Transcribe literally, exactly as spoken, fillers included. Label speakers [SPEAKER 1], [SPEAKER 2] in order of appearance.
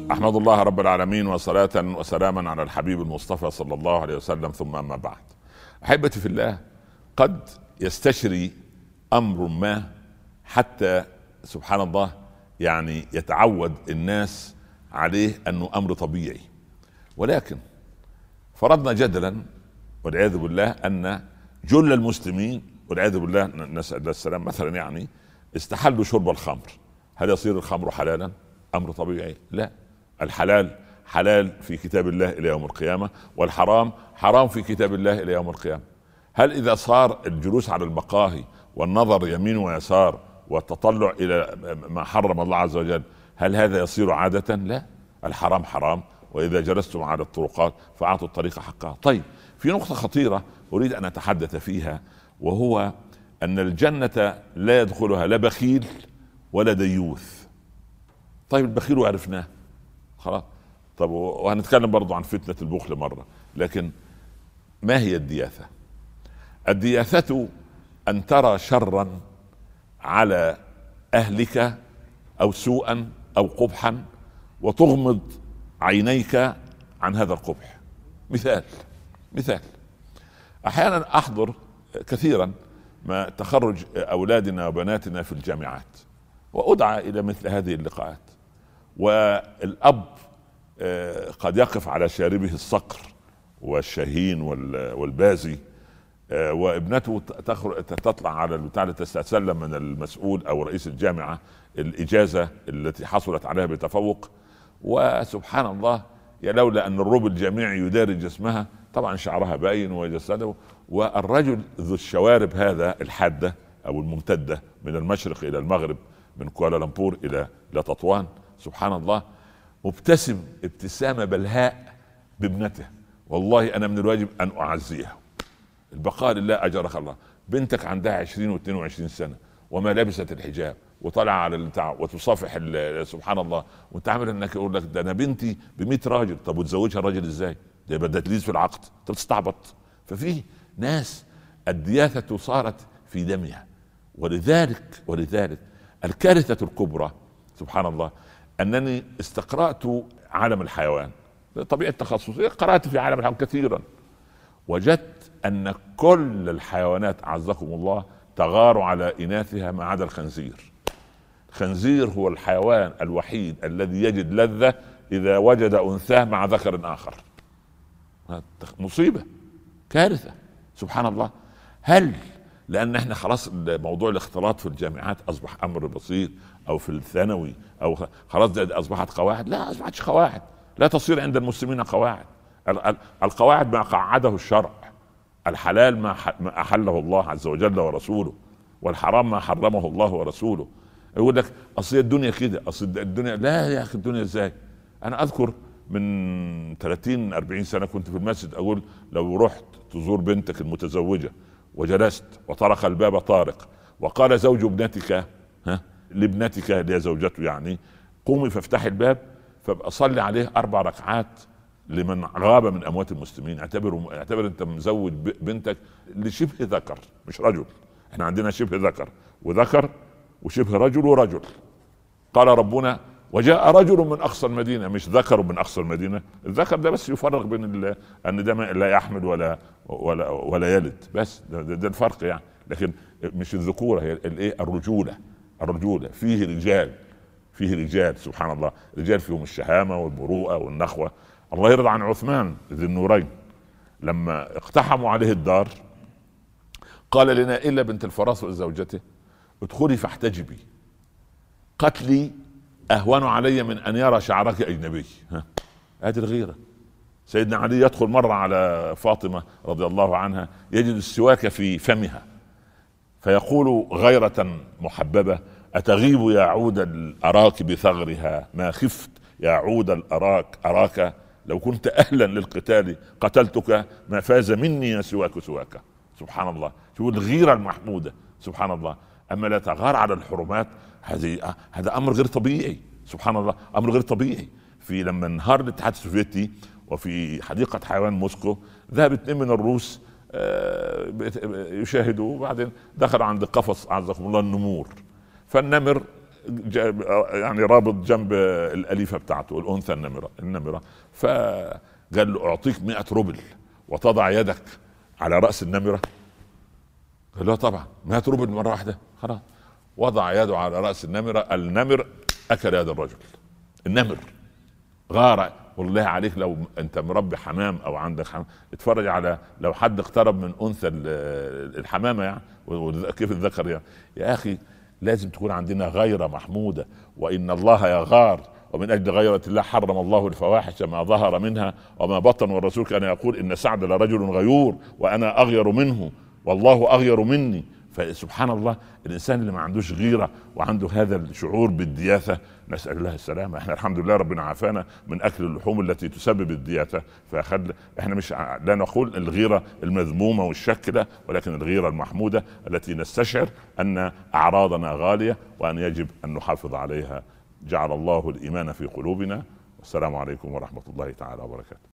[SPEAKER 1] أحمد الله رب العالمين وصلاة وسلاما على الحبيب المصطفى صلى الله عليه وسلم، ثم أما بعد. أحبتي في الله، قد يستشري أمر ما حتى سبحان الله يعني يتعود الناس عليه أنه أمر طبيعي، ولكن فرضنا جدلا والعياذ بالله أن جل المسلمين والعياذ بالله نسأل الله السلام مثلا يعني استحلوا شرب الخمر، هل يصير الخمر حلالا؟ أمر طبيعي؟ لا، الحلال حلال في كتاب الله إلى يوم القيامة، والحرام حرام في كتاب الله إلى يوم القيامة. هل إذا صار الجلوس على المقاهي والنظر يمين ويسار والتطلع إلى ما حرم الله عز وجل هل هذا يصير عادة؟ لا، الحرام حرام، وإذا جلستم على الطرقات فأعطوا الطريق حقها. طيب، في نقطة خطيرة أريد أن أتحدث فيها، وهو أن الجنة لا يدخلها لا بخيل ولا ديوث. طيب البخيل وعرفناه خلاص، طب وهنتكلم برضو عن فتنة البخل مرة، لكن ما هي الدياثة؟ الدياثة أن ترى شرا على أهلك أو سوءا أو قبحا وتغمض عينيك عن هذا القبح. مثال مثال أحيانا أحضر كثيرا ما تخرج أولادنا وبناتنا في الجامعات، وأدعى إلى مثل هذه اللقاءات، والأب قد يقف على شاربه الصقر والشهين والبازي، وابنته تطلع على البتاع لتستسلم من المسؤول أو رئيس الجامعة الإجازة التي حصلت عليها بتفوق، وسبحان الله يا لولا أن الرب الجامعي يداري جسمها، طبعا شعرها باين وجسده، والرجل ذو الشوارب هذا الحادة أو الممتدة من المشرق إلى المغرب، من كوالالمبور إلى إلى تطوان، سبحان الله مبتسم ابتسامة بلهاء بابنته. والله أنا من الواجب أن أعزيها، البقاء لله أجرك الله. بنتك عندها عشرين واثنين وعشرين سنة وما لبست الحجاب وطلع على البتاع وتصافح سبحان الله، وانت عامل انك يقول لك ده انا بنتي بمئة راجل. طب وتزوجها الراجل ازاي؟ ده يبقى ده تليز في العقد، انت بتستعبط. ففي ناس الدياثة صارت في دمها، ولذلك ولذلك الكارثة الكبرى سبحان الله أنني استقرأت عالم الحيوان، طبيعة تخصصي قرأت في عالم الحيوان كثيرا، وجدت أن كل الحيوانات أعزكم الله تغار على إناثها ما عدا الخنزير. الخنزير هو الحيوان الوحيد الذي يجد لذة إذا وجد أنثاه مع ذكر آخر. مصيبة، كارثة سبحان الله. هل لأن احنا خلاص موضوع الاختلاط في الجامعات أصبح أمر بسيط، أو في الثانوي، أو خلاص أصبحت قواعد؟ لا، أصبحتش قواعد، لا تصير عند المسلمين قواعد. القواعد ما قعده الشرع، الحلال ما أحله الله عز وجل ورسوله، والحرام ما حرمه الله ورسوله. يقول لك أصل الدنيا كده، أصل الدنيا، لا يا أخي الدنيا إزاي؟ أنا أذكر من ثلاثين أربعين سنة كنت في المسجد أقول لو رحت تزور بنتك المتزوجة وجلست وطرق الباب طارق وقال زوج ابنتك ها لابنتك اللي زوجته يعني قومي فافتحي الباب فأصلي عليه أربع ركعات لمن غاب من أموات المسلمين. اعتبر اعتبر أنت مزوج بنتك لشبه ذكر مش رجل، احنا عندنا شبه ذكر وذكر وشبه رجل ورجل. قال ربنا وجاء رجل من أقصى المدينة، مش ذكر من أقصى المدينة. الذكر ده بس يفرق بين أن ده لا يحمل ولا ولا ولا يلد، بس ده, ده الفرق يعني. لكن مش الذكورة، هي الايه الرجولة. الرجولة فيه رجال، فيه رجال سبحان الله، رجال فيهم الشهامة والبروءة والنخوة. الله يرضى عن عثمان ذي النورين لما اقتحموا عليه الدار قال لنا إلا بنت الفراس وزوجته ادخلي فاحتجبي، قتلي أهون علي من أن يرى شعرك أجنبي. هذه الغيرة. سيدنا علي يدخل مرة على فاطمة رضي الله عنها يجد السواك في فمها فيقول غيرة محببة أتغيب يا عود الأراك بثغرها ما خفت يا عود الأراك أراك لو كنت أهلا للقتال قتلتك ما فاز مني سواك سواك. سبحان الله، شوف الغيرة المحمودة سبحان الله. أما لا تغار على الحرمات، هذه هذا أمر غير طبيعي سبحان الله، أمر غير طبيعي. في لما انهار الاتحاد السوفيتي وفي حديقة حيوان موسكو ذهب اثنين من الروس يشاهدوا، وبعدين دخلوا عند قفص أعزكم الله النمور، فالنمر يعني رابط جنب الأليفة بتاعته الأنثى النمرة النمرة فقال له أعطيك مئة روبل وتضع يدك على رأس النمرة. قال له طبعا مئة روبل مرة واحدة خلاص. وضع يده على رأس النمرة، النمر أكل يد الرجل. النمر غارة. والله عليك لو انت مربي حمام او عندك حمام اتفرج على لو حد اقترب من انثى الحمامه يعني كيف الذكر يعني. يا اخي لازم تكون عندنا غيرة محمودة، وان الله يغار، ومن اجل غيرة الله حرم الله الفواحش ما ظهر منها وما بطن، والرسول كان يقول ان سعد لرجل غيور وانا اغير منه والله اغير مني. فسبحان الله الانسان اللي ما عندوش غيرة وعنده هذا الشعور بالدياثة نسأل الله السلامة. احنا الحمد لله ربنا عافانا من اكل اللحوم التي تسبب الدياثة. فخل احنا مش لا نقول الغيرة المذمومة والشك لا، ولكن الغيرة المحمودة التي نستشعر ان اعراضنا غالية وان يجب ان نحافظ عليها. جعل الله الايمان في قلوبنا. والسلام عليكم ورحمة الله تعالى وبركاته.